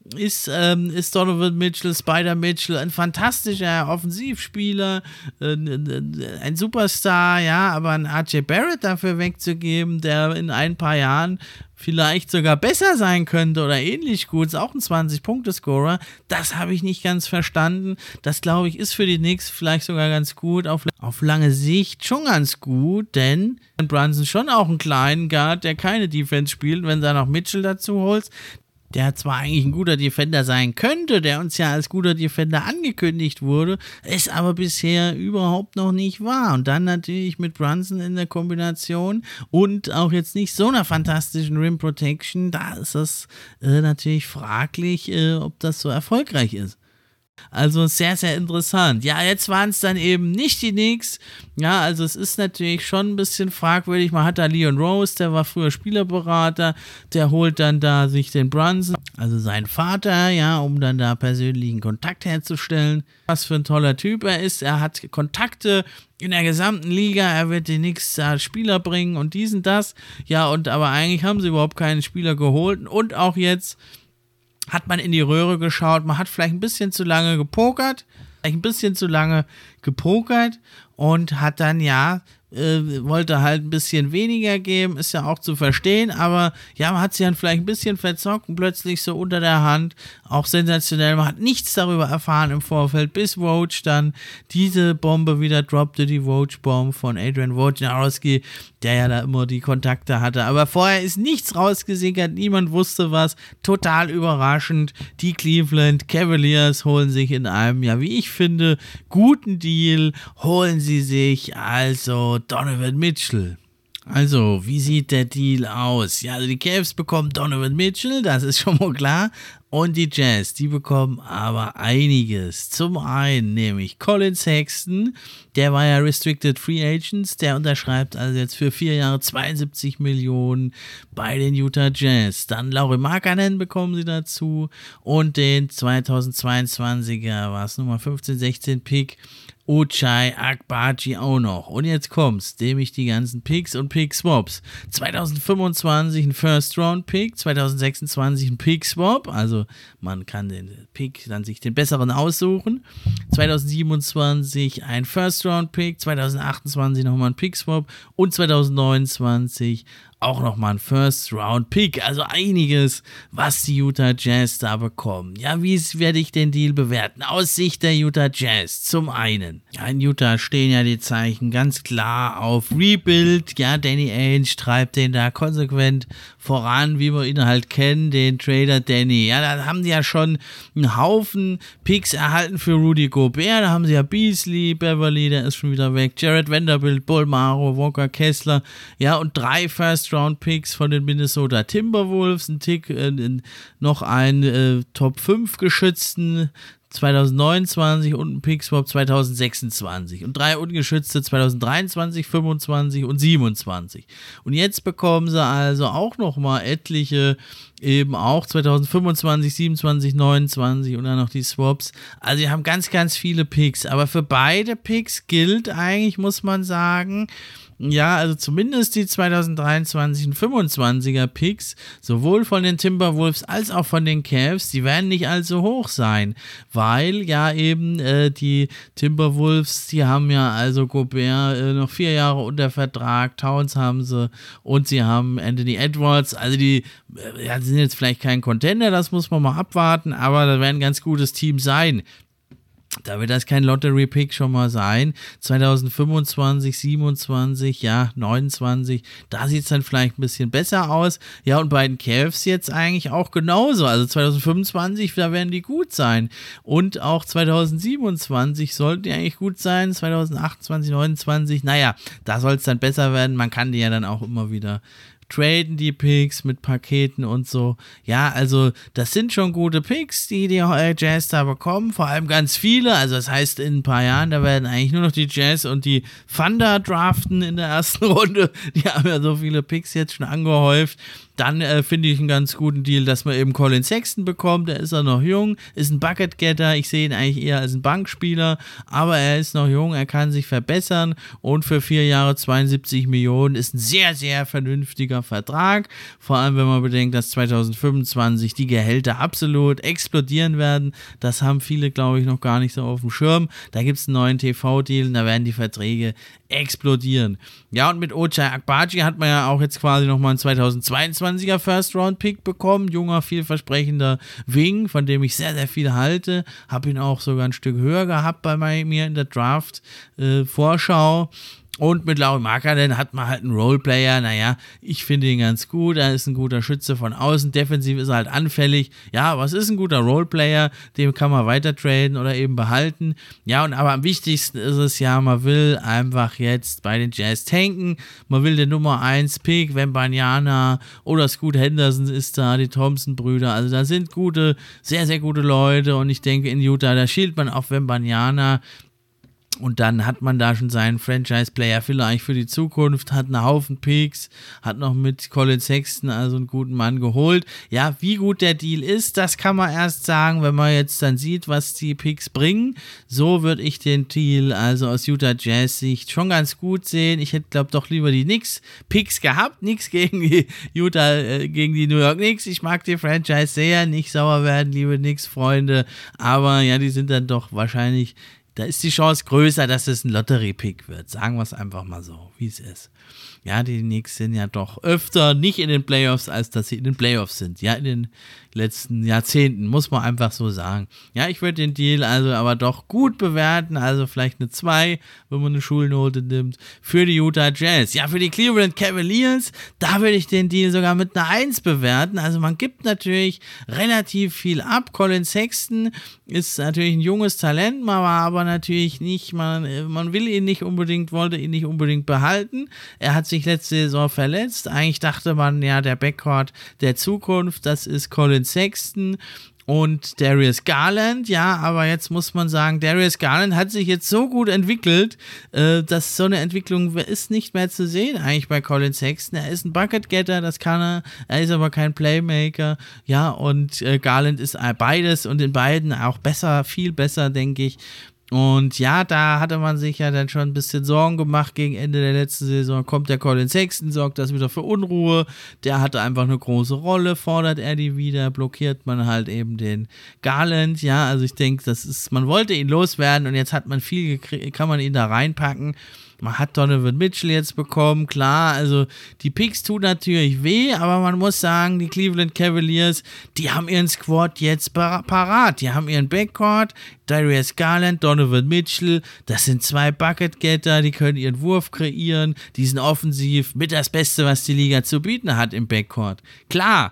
Donovan Mitchell, Spider Mitchell ein fantastischer Offensivspieler, ein Superstar, ja, aber einen RJ Barrett dafür wegzugeben, der in ein paar Jahren vielleicht sogar besser sein könnte oder ähnlich gut, ist auch ein 20-Punkte-Scorer, das habe ich nicht ganz verstanden. Das, glaube ich, ist für die Knicks vielleicht sogar ganz gut, auf lange Sicht schon ganz gut, denn Brunson schon auch einen kleinen Guard, der keine Defense spielt, wenn du da noch Mitchell dazu holst, der zwar eigentlich ein guter Defender sein könnte, der uns ja als guter Defender angekündigt wurde, es aber bisher überhaupt noch nicht war. Und dann natürlich mit Brunson in der Kombination und auch jetzt nicht so einer fantastischen Rim Protection, da ist es natürlich fraglich, ob das so erfolgreich ist. Also sehr, sehr interessant. Ja, jetzt waren es dann eben nicht die Knicks. Ja, also es ist natürlich schon ein bisschen fragwürdig. Man hat da Leon Rose, der war früher Spielerberater, der holt dann da sich den Brunson, also seinen Vater, ja, um dann da persönlichen Kontakt herzustellen. Was für ein toller Typ er ist. Er hat Kontakte in der gesamten Liga, er wird die Knicks da Spieler bringen und dies und das. Ja, und aber eigentlich haben sie überhaupt keinen Spieler geholt und auch jetzt hat man in die Röhre geschaut, man hat vielleicht ein bisschen zu lange gepokert und hat dann, wollte halt ein bisschen weniger geben, ist ja auch zu verstehen, aber ja, man hat sich dann vielleicht ein bisschen verzockt und plötzlich so unter der Hand, auch sensationell, man hat nichts darüber erfahren im Vorfeld, bis Woj dann diese Bombe wieder droppte, die Woj-Bomb von Adrian Wojnarowski, der ja da immer die Kontakte hatte, aber vorher ist nichts rausgesickert, niemand wusste was, total überraschend, die Cleveland Cavaliers holen sich in einem, ja, wie ich finde, guten Deal, holen sie sich also Donovan Mitchell. Also, wie sieht der Deal aus? Ja, also die Cavs bekommen Donovan Mitchell, das ist schon mal klar. Und die Jazz, die bekommen aber einiges. Zum einen nämlich Colin Sexton, der war ja Restricted Free Agents, der unterschreibt also jetzt für 4 Jahre 72 Millionen bei den Utah Jazz. Dann Lauri Markkanen bekommen sie dazu und den 2022er, war es Nummer 15-16 Pick, Ochai Agbaji auch noch. Und jetzt kommt's, nämlich die ganzen Picks und Pick-Swaps. 2025 ein First-Round-Pick, 2026 ein Pick-Swap, also man kann den Pick dann sich den besseren aussuchen. 2027 ein First-Round-Pick, 2028 nochmal ein Pick-Swap und 2029 auch nochmal ein First-Round-Pick, also einiges, was die Utah Jazz da bekommen. Ja, wie werde ich den Deal bewerten? Aus Sicht der Utah Jazz, zum einen, ja, in Utah stehen ja die Zeichen ganz klar auf Rebuild, ja, Danny Ainge treibt den da konsequent voran, wie wir ihn halt kennen, den Trader Danny, ja, da haben die ja schon einen Haufen Picks erhalten für Rudy Gobert, da haben sie ja Beasley, Beverly, der ist schon wieder weg, Jared Vanderbilt, Bolmaro, Walker Kessler, ja, und 3 First-Round-Picks von den Minnesota Timberwolves, noch einen Top 5 geschützten 2029 und ein Pick-Swap 2026 und 3 ungeschützte 2023, 25 und 27. Und jetzt bekommen sie also auch nochmal etliche, eben auch 2025, 27, 29 und dann noch die Swaps. Also sie haben ganz, ganz viele Picks, aber für beide Picks gilt eigentlich, muss man sagen, ja, also zumindest die 2023 und 25er Picks, sowohl von den Timberwolves als auch von den Cavs, die werden nicht allzu hoch sein, weil ja eben die Timberwolves, die haben ja also Gobert noch 4 Jahre unter Vertrag, Towns haben sie und sie haben Anthony Edwards, also die sind jetzt vielleicht kein Contender, das muss man mal abwarten, aber das wird ein ganz gutes Team sein. Da wird das kein Lottery-Pick schon mal sein. 2025, 27, ja, 29, da sieht es dann vielleicht ein bisschen besser aus. Ja, und bei den Cavs jetzt eigentlich auch genauso. Also 2025, da werden die gut sein. Und auch 2027 sollten die eigentlich gut sein. 2028, 29, naja, da soll es dann besser werden. Man kann die ja dann auch immer wieder traden, die Picks mit Paketen und so. Ja, also das sind schon gute Picks, die Jazz da bekommen, vor allem ganz viele. Also das heißt, in ein paar Jahren, da werden eigentlich nur noch die Jazz und die Thunder draften in der ersten Runde. Die haben ja so viele Picks jetzt schon angehäuft. Dann finde ich einen ganz guten Deal, dass man eben Colin Sexton bekommt. Der ist ja noch jung, ist ein Bucket-Getter. Ich sehe ihn eigentlich eher als einen Bankspieler, aber er ist noch jung, er kann sich verbessern und für 4 Jahre 72 Millionen ist ein sehr, sehr vernünftiger Vertrag. Vor allem, wenn man bedenkt, dass 2025 die Gehälter absolut explodieren werden. Das haben viele, glaube ich, noch gar nicht so auf dem Schirm. Da gibt es einen neuen TV-Deal und da werden die Verträge explodieren. Ja, und mit Ochai Agbaji hat man ja auch jetzt quasi nochmal einen 2022er First-Round-Pick bekommen. Junger, vielversprechender Wing, von dem ich sehr, sehr viel halte. Habe ihn auch sogar ein Stück höher gehabt bei mir in der Draft-Vorschau. Und mit Lauri Markkanen hat man halt einen Roleplayer, naja, ich finde ihn ganz gut, er ist ein guter Schütze von außen, defensiv ist er halt anfällig, ja, was ist ein guter Roleplayer, den kann man weiter traden oder eben behalten, ja, und aber am wichtigsten ist es ja, man will einfach jetzt bei den Jazz tanken, man will den Nummer 1 Pick, Wembanyama oder Scoot Henderson ist da, die Thompson-Brüder, also da sind gute, sehr, sehr gute Leute und ich denke in Utah, da schielt man auf Wembanyama. Und dann hat man da schon seinen Franchise-Player vielleicht für die Zukunft, hat einen Haufen Picks, hat noch mit Colin Sexton also einen guten Mann geholt. Ja, wie gut der Deal ist, das kann man erst sagen, wenn man jetzt dann sieht, was die Picks bringen. So würde ich den Deal also aus Utah Jazz Sicht schon ganz gut sehen. Ich hätte, glaube ich, doch lieber die Knicks-Picks gehabt. Nichts gegen die gegen die New York Knicks. Ich mag die Franchise sehr, nicht sauer werden, liebe Knicks-Freunde. Aber ja, die sind dann doch wahrscheinlich... Da ist die Chance größer, dass es ein Lottery-Pick wird. Sagen wir es einfach mal so, wie es ist. Ja, die Knicks sind ja doch öfter nicht in den Playoffs, als dass sie in den Playoffs sind. Ja, in den letzten Jahrzehnten, muss man einfach so sagen. Ja, ich würde den Deal also aber doch gut bewerten, also vielleicht eine 2, wenn man eine Schulnote nimmt, für die Utah Jazz. Ja, für die Cleveland Cavaliers, da würde ich den Deal sogar mit einer 1 bewerten. Also man gibt natürlich relativ viel ab. Colin Sexton ist natürlich ein junges Talent, man war aber natürlich nicht, man wollte ihn nicht unbedingt behalten. Er hat sich letzte Saison verletzt. Eigentlich dachte man, ja, der Backcourt der Zukunft, das ist Colin Sexton und Darius Garland, ja, aber jetzt muss man sagen, Darius Garland hat sich jetzt so gut entwickelt, dass so eine Entwicklung ist nicht mehr zu sehen eigentlich bei Colin Sexton. Er ist ein Bucket-Getter, das kann er ist aber kein Playmaker, ja, und Garland ist beides und in beiden auch besser, viel besser, denke ich. Und ja, da hatte man sich ja dann schon ein bisschen Sorgen gemacht gegen Ende der letzten Saison. Kommt der Colin Sexton, sorgt das wieder für Unruhe. Der hatte einfach eine große Rolle, fordert er die wieder, blockiert man halt eben den Garland. Ja, also ich denke, man wollte ihn loswerden und jetzt hat man viel gekriegt, kann man ihn da reinpacken. Man hat Donovan Mitchell jetzt bekommen, klar, also die Picks tun natürlich weh, aber man muss sagen, die Cleveland Cavaliers, die haben ihren Squad jetzt parat. Die haben ihren Backcourt, Darius Garland, Donovan Mitchell, das sind 2 Bucket-Getter, die können ihren Wurf kreieren, die sind offensiv mit das Beste, was die Liga zu bieten hat im Backcourt. Klar,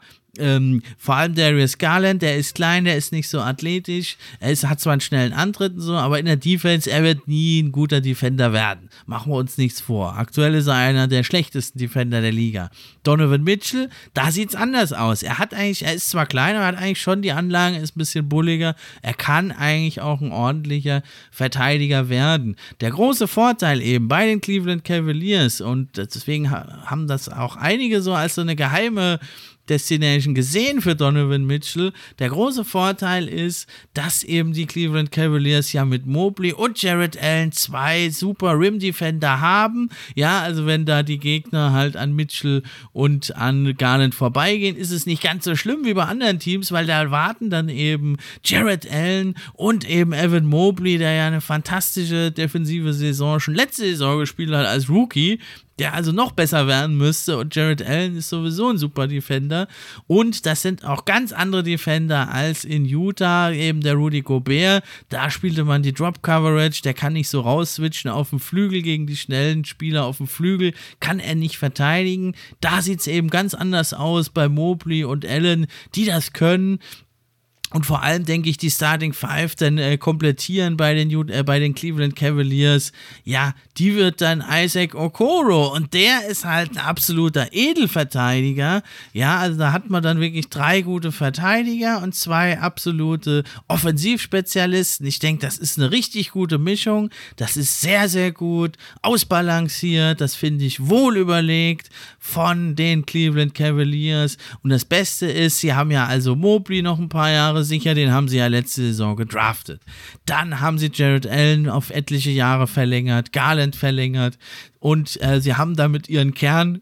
vor allem Darius Garland, der ist klein, der ist nicht so athletisch, hat zwar einen schnellen Antritt und so, aber in der Defense, er wird nie ein guter Defender werden. Machen wir uns nichts vor. Aktuell ist er einer der schlechtesten Defender der Liga. Donovan Mitchell, da sieht's anders aus. Er ist zwar klein, aber hat eigentlich schon die Anlagen, ist ein bisschen bulliger. Er kann eigentlich auch ein ordentlicher Verteidiger werden. Der große Vorteil eben bei den Cleveland Cavaliers, und deswegen haben das auch einige so als so eine geheime Destination gesehen für Donovan Mitchell. Der große Vorteil ist, dass eben die Cleveland Cavaliers ja mit Mobley und Jarrett Allen 2 super Rim-Defender haben. Ja, also wenn da die Gegner halt an Mitchell und an Garland vorbeigehen, ist es nicht ganz so schlimm wie bei anderen Teams, weil da warten dann eben Jarrett Allen und eben Evan Mobley, der ja eine fantastische defensive Saison schon letzte Saison gespielt hat als Rookie. der also noch besser werden müsste, und Jared Allen ist sowieso ein super Defender, und das sind auch ganz andere Defender als in Utah, eben der Rudy Gobert, da spielte man die Drop Coverage, der kann nicht so rausswitchen auf dem Flügel gegen die schnellen Spieler auf dem Flügel, kann er nicht verteidigen, da sieht es eben ganz anders aus bei Mobley und Allen, die das können. Und vor allem denke ich, die Starting Five dann komplettieren bei den Cleveland Cavaliers. Ja, die wird dann Isaac Okoro, und der ist halt ein absoluter Edelverteidiger. Ja, also da hat man dann wirklich 3 gute Verteidiger und 2 absolute Offensivspezialisten. Ich denke, das ist eine richtig gute Mischung. Das ist sehr, sehr gut ausbalanciert. Das finde ich wohl überlegt von den Cleveland Cavaliers. Und das Beste ist, sie haben ja also Mobley noch ein paar Jahre sicher, den haben sie ja letzte Saison gedraftet. Dann haben sie Jared Allen auf etliche Jahre verlängert, Garland verlängert, und sie haben damit ihren Kern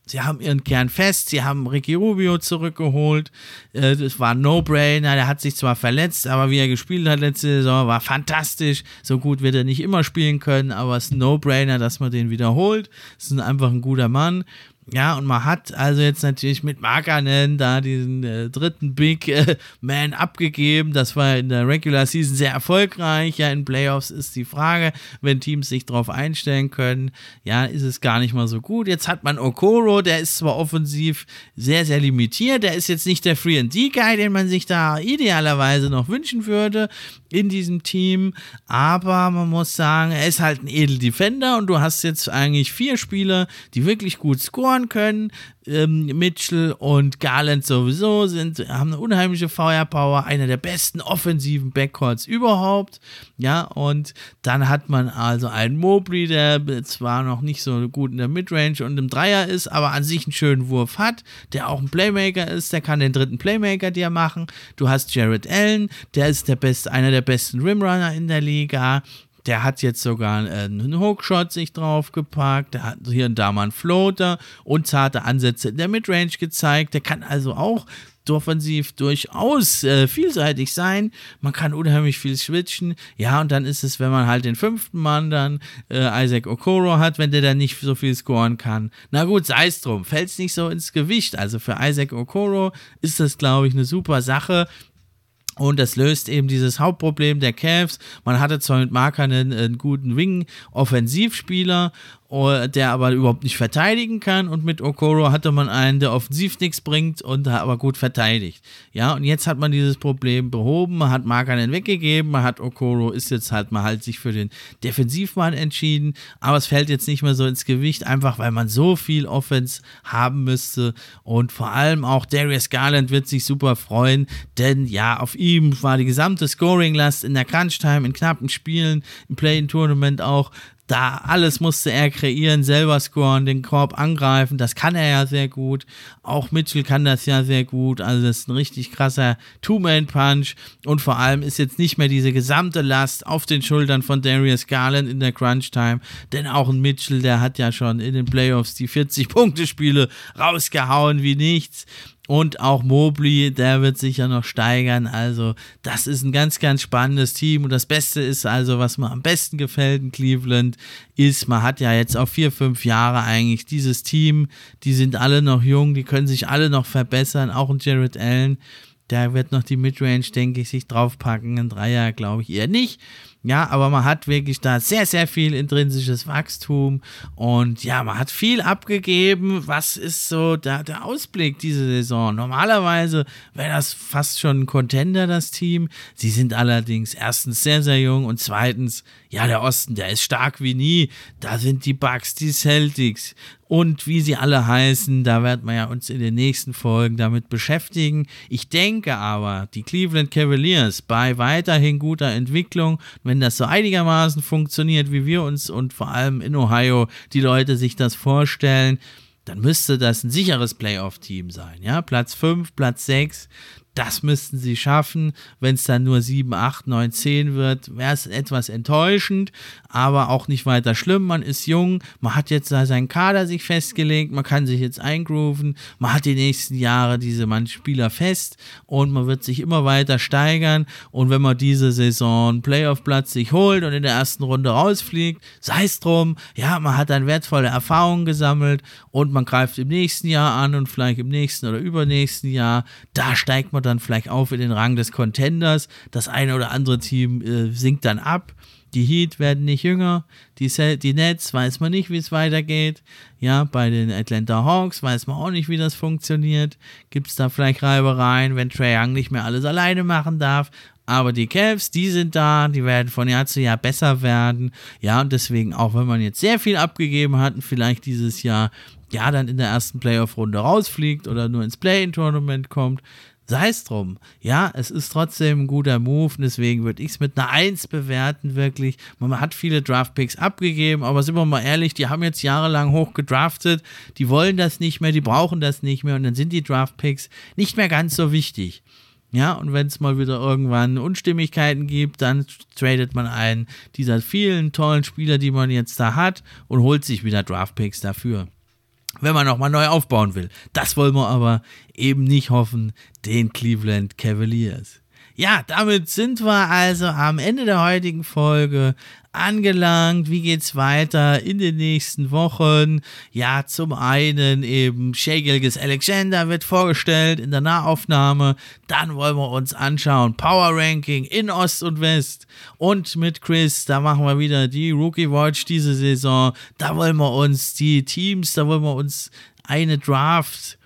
fest, sie haben Ricky Rubio zurückgeholt, das war ein No-Brainer, der hat sich zwar verletzt, aber wie er gespielt hat letzte Saison, war fantastisch, so gut wird er nicht immer spielen können, aber es ist ein No-Brainer, dass man den wiederholt, es ist einfach ein guter Mann. Ja, und man hat also jetzt natürlich mit Markkanen da diesen dritten Big Man abgegeben. Das war in der Regular Season sehr erfolgreich. Ja, in Playoffs ist die Frage, wenn Teams sich drauf einstellen können, ja, ist es gar nicht mal so gut. Jetzt hat man Okoro, der ist zwar offensiv sehr, sehr limitiert. Der ist jetzt nicht der Free-and-D-Guy, den man sich da idealerweise noch wünschen würde in diesem Team. Aber man muss sagen, er ist halt ein Edel-Defender, und du hast jetzt eigentlich 4 Spieler, die wirklich gut scoren können. Mitchell und Garland sowieso haben eine unheimliche Firepower, einer der besten offensiven Backcourts überhaupt. Ja, und dann hat man also einen Mobley, der zwar noch nicht so gut in der Midrange und im Dreier ist, aber an sich einen schönen Wurf hat, der auch ein Playmaker ist, der kann den dritten Playmaker dir machen. Du hast Jared Allen, der ist einer der besten Rimrunner in der Liga. Der hat jetzt sogar einen Hookshot sich draufgepackt, der hat hier und da mal einen Floater und zarte Ansätze in der Midrange gezeigt. Der kann also auch offensiv durchaus vielseitig sein. Man kann unheimlich viel switchen. Ja, und dann ist es, wenn man halt den 5. Mann dann Isaac Okoro hat, wenn der dann nicht so viel scoren kann. Na gut, sei es drum. Fällt es nicht so ins Gewicht. Also für Isaac Okoro ist das, glaube ich, eine super Sache. Und das löst eben dieses Hauptproblem der Cavs. Man hatte zwar mit Markkanen einen guten Wing-Offensivspieler, der aber überhaupt nicht verteidigen kann, und mit Okoro hatte man einen, der offensiv nichts bringt und aber gut verteidigt. Ja, und jetzt hat man dieses Problem behoben, man hat Markkanen weggegeben, man hat Okoro, ist jetzt halt sich für den Defensivmann entschieden, aber es fällt jetzt nicht mehr so ins Gewicht, einfach weil man so viel Offense haben müsste, und vor allem auch Darius Garland wird sich super freuen, denn ja, auf ihm war die gesamte Scoring-Last in der Crunch-Time, in knappen Spielen, im Play-in-Tournament auch. Da alles musste er kreieren, selber scoren, den Korb angreifen, das kann er ja sehr gut. Auch Mitchell kann das ja sehr gut, also das ist ein richtig krasser Two-Man-Punch, und vor allem ist jetzt nicht mehr diese gesamte Last auf den Schultern von Darius Garland in der Crunch-Time, denn auch ein Mitchell, der hat ja schon in den Playoffs die 40-Punkte-Spiele rausgehauen wie nichts. Und auch Mobley, der wird sich ja noch steigern. Also das ist ein ganz, ganz spannendes Team. Und das Beste ist also, was mir am besten gefällt in Cleveland, ist, man hat ja jetzt auf 4-5 Jahre eigentlich dieses Team. Die sind alle noch jung, die können sich alle noch verbessern. Auch ein Jared Allen, der wird noch die Midrange, denke ich, sich draufpacken. Ein Dreier glaube ich eher nicht. Ja, aber man hat wirklich da sehr, sehr viel intrinsisches Wachstum, und ja, man hat viel abgegeben. Was ist so der Ausblick diese Saison? Normalerweise wäre das fast schon ein Contender, das Team. Sie sind allerdings erstens sehr, sehr jung, und zweitens, ja, der Osten, der ist stark wie nie. Da sind die Bucks, die Celtics und wie sie alle heißen, da werden wir ja uns in den nächsten Folgen damit beschäftigen. Ich denke aber, die Cleveland Cavaliers bei weiterhin guter Entwicklung, wenn das so einigermaßen funktioniert, wie wir uns und vor allem in Ohio die Leute sich das vorstellen, dann müsste das ein sicheres Playoff-Team sein. Ja? Platz 5, Platz 6, Das müssten sie schaffen. Wenn es dann nur 7, 8, 9, 10 wird, wäre es etwas enttäuschend, aber auch nicht weiter schlimm. Man ist jung, man hat jetzt da seinen Kader sich festgelegt, man kann sich jetzt eingrooven, man hat die nächsten Jahre diese Spieler fest und man wird sich immer weiter steigern. Und wenn man diese Saison einen Playoff-Platz sich holt und in der ersten Runde rausfliegt, sei es drum, ja, man hat dann wertvolle Erfahrungen gesammelt und man greift im nächsten Jahr an und vielleicht im nächsten oder übernächsten Jahr, da steigt man dann vielleicht auf in den Rang des Contenders. Das eine oder andere Team sinkt dann ab. Die Heat werden nicht jünger. Die Nets weiß man nicht, wie es weitergeht. Ja, bei den Atlanta Hawks weiß man auch nicht, wie das funktioniert. Gibt es da vielleicht Reibereien, wenn Trae Young nicht mehr alles alleine machen darf? Aber die Cavs, die sind da, die werden von Jahr zu Jahr besser werden. Ja, und deswegen, auch wenn man jetzt sehr viel abgegeben hat und vielleicht dieses Jahr ja dann in der ersten Playoff-Runde rausfliegt oder nur ins Play-In-Tournament kommt, sei es drum. Ja, es ist trotzdem ein guter Move, deswegen würde ich es mit einer 1 bewerten, wirklich. Man hat viele Draft-Picks abgegeben, aber sind wir mal ehrlich, die haben jetzt jahrelang hoch gedraftet, die wollen das nicht mehr, die brauchen das nicht mehr und dann sind die Draft-Picks nicht mehr ganz so wichtig. Ja, und wenn es mal wieder irgendwann Unstimmigkeiten gibt, dann tradet man einen dieser vielen tollen Spieler, die man jetzt da hat und holt sich wieder Draft-Picks dafür, wenn man nochmal neu aufbauen will. Das wollen wir aber eben nicht hoffen, den Cleveland Cavaliers. Ja, damit sind wir also am Ende der heutigen Folge angelangt. Wie geht's weiter in den nächsten Wochen? Ja, zum einen eben Shai Gilgeous-Alexander wird vorgestellt in der Nahaufnahme. Dann wollen wir uns anschauen Power Ranking in Ost und West. Und mit Chris, da machen wir wieder die Rookie Watch diese Saison. Da wollen wir uns die Teams, da wollen wir uns einen Draft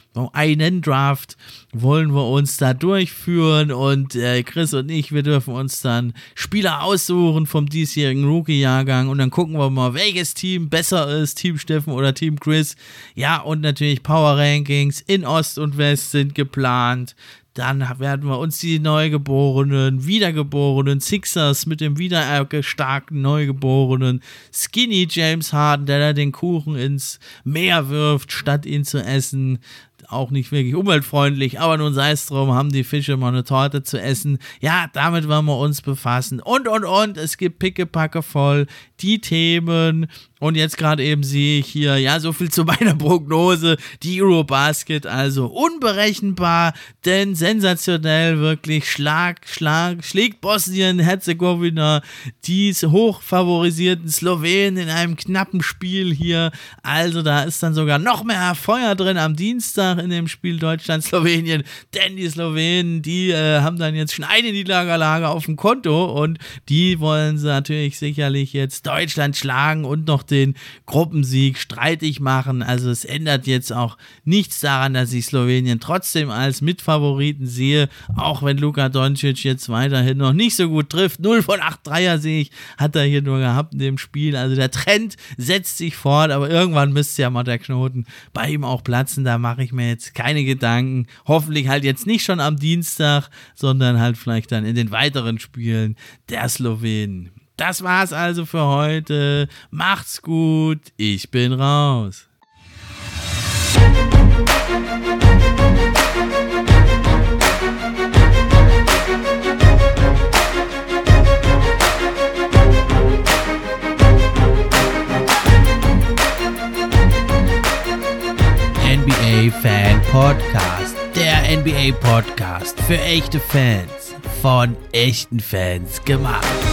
wollen wir uns da durchführen und Chris und ich, wir dürfen uns dann Spieler aussuchen vom diesjährigen Rookie-Jahrgang und dann gucken wir mal, welches Team besser ist, Team Steffen oder Team Chris. Ja, und natürlich Power Rankings in Ost und West sind geplant. Dann werden wir uns die wiedergeborenen Sixers mit dem wiedergestarkten Neugeborenen Skinny James Harden, der da den Kuchen ins Meer wirft, statt ihn zu essen. Auch nicht wirklich umweltfreundlich, aber nun sei es drum, haben die Fische mal eine Torte zu essen. Ja, damit wollen wir uns befassen. Und. Es gibt pickepacke voll die Themen. Und jetzt gerade eben sehe ich hier, ja, so viel zu meiner Prognose. Die Eurobasket, also unberechenbar, denn sensationell, wirklich schlägt Bosnien-Herzegowina die hochfavorisierten Slowenen in einem knappen Spiel hier. Also da ist dann sogar noch mehr Feuer drin am Dienstag in dem Spiel Deutschland-Slowenien, denn die Slowenen, die haben dann jetzt schon eine Niederlage auf dem Konto und die wollen sie natürlich sicherlich jetzt Deutschland schlagen und noch den Gruppensieg streitig machen. Also es ändert jetzt auch nichts daran, dass ich Slowenien trotzdem als Mitfavoriten sehe, auch wenn Luka Doncic jetzt weiterhin noch nicht so gut trifft. 0 von 8 Dreier sehe ich, hat er hier nur gehabt in dem Spiel. Also der Trend setzt sich fort, aber irgendwann müsste ja mal der Knoten bei ihm auch platzen. Da mache ich mir jetzt keine Gedanken. Hoffentlich halt jetzt nicht schon am Dienstag, sondern halt vielleicht dann in den weiteren Spielen der Slowenen. Das war's also für heute. Macht's gut. Ich bin raus. NBA Fan Podcast. Der NBA Podcast für echte Fans. Von echten Fans gemacht.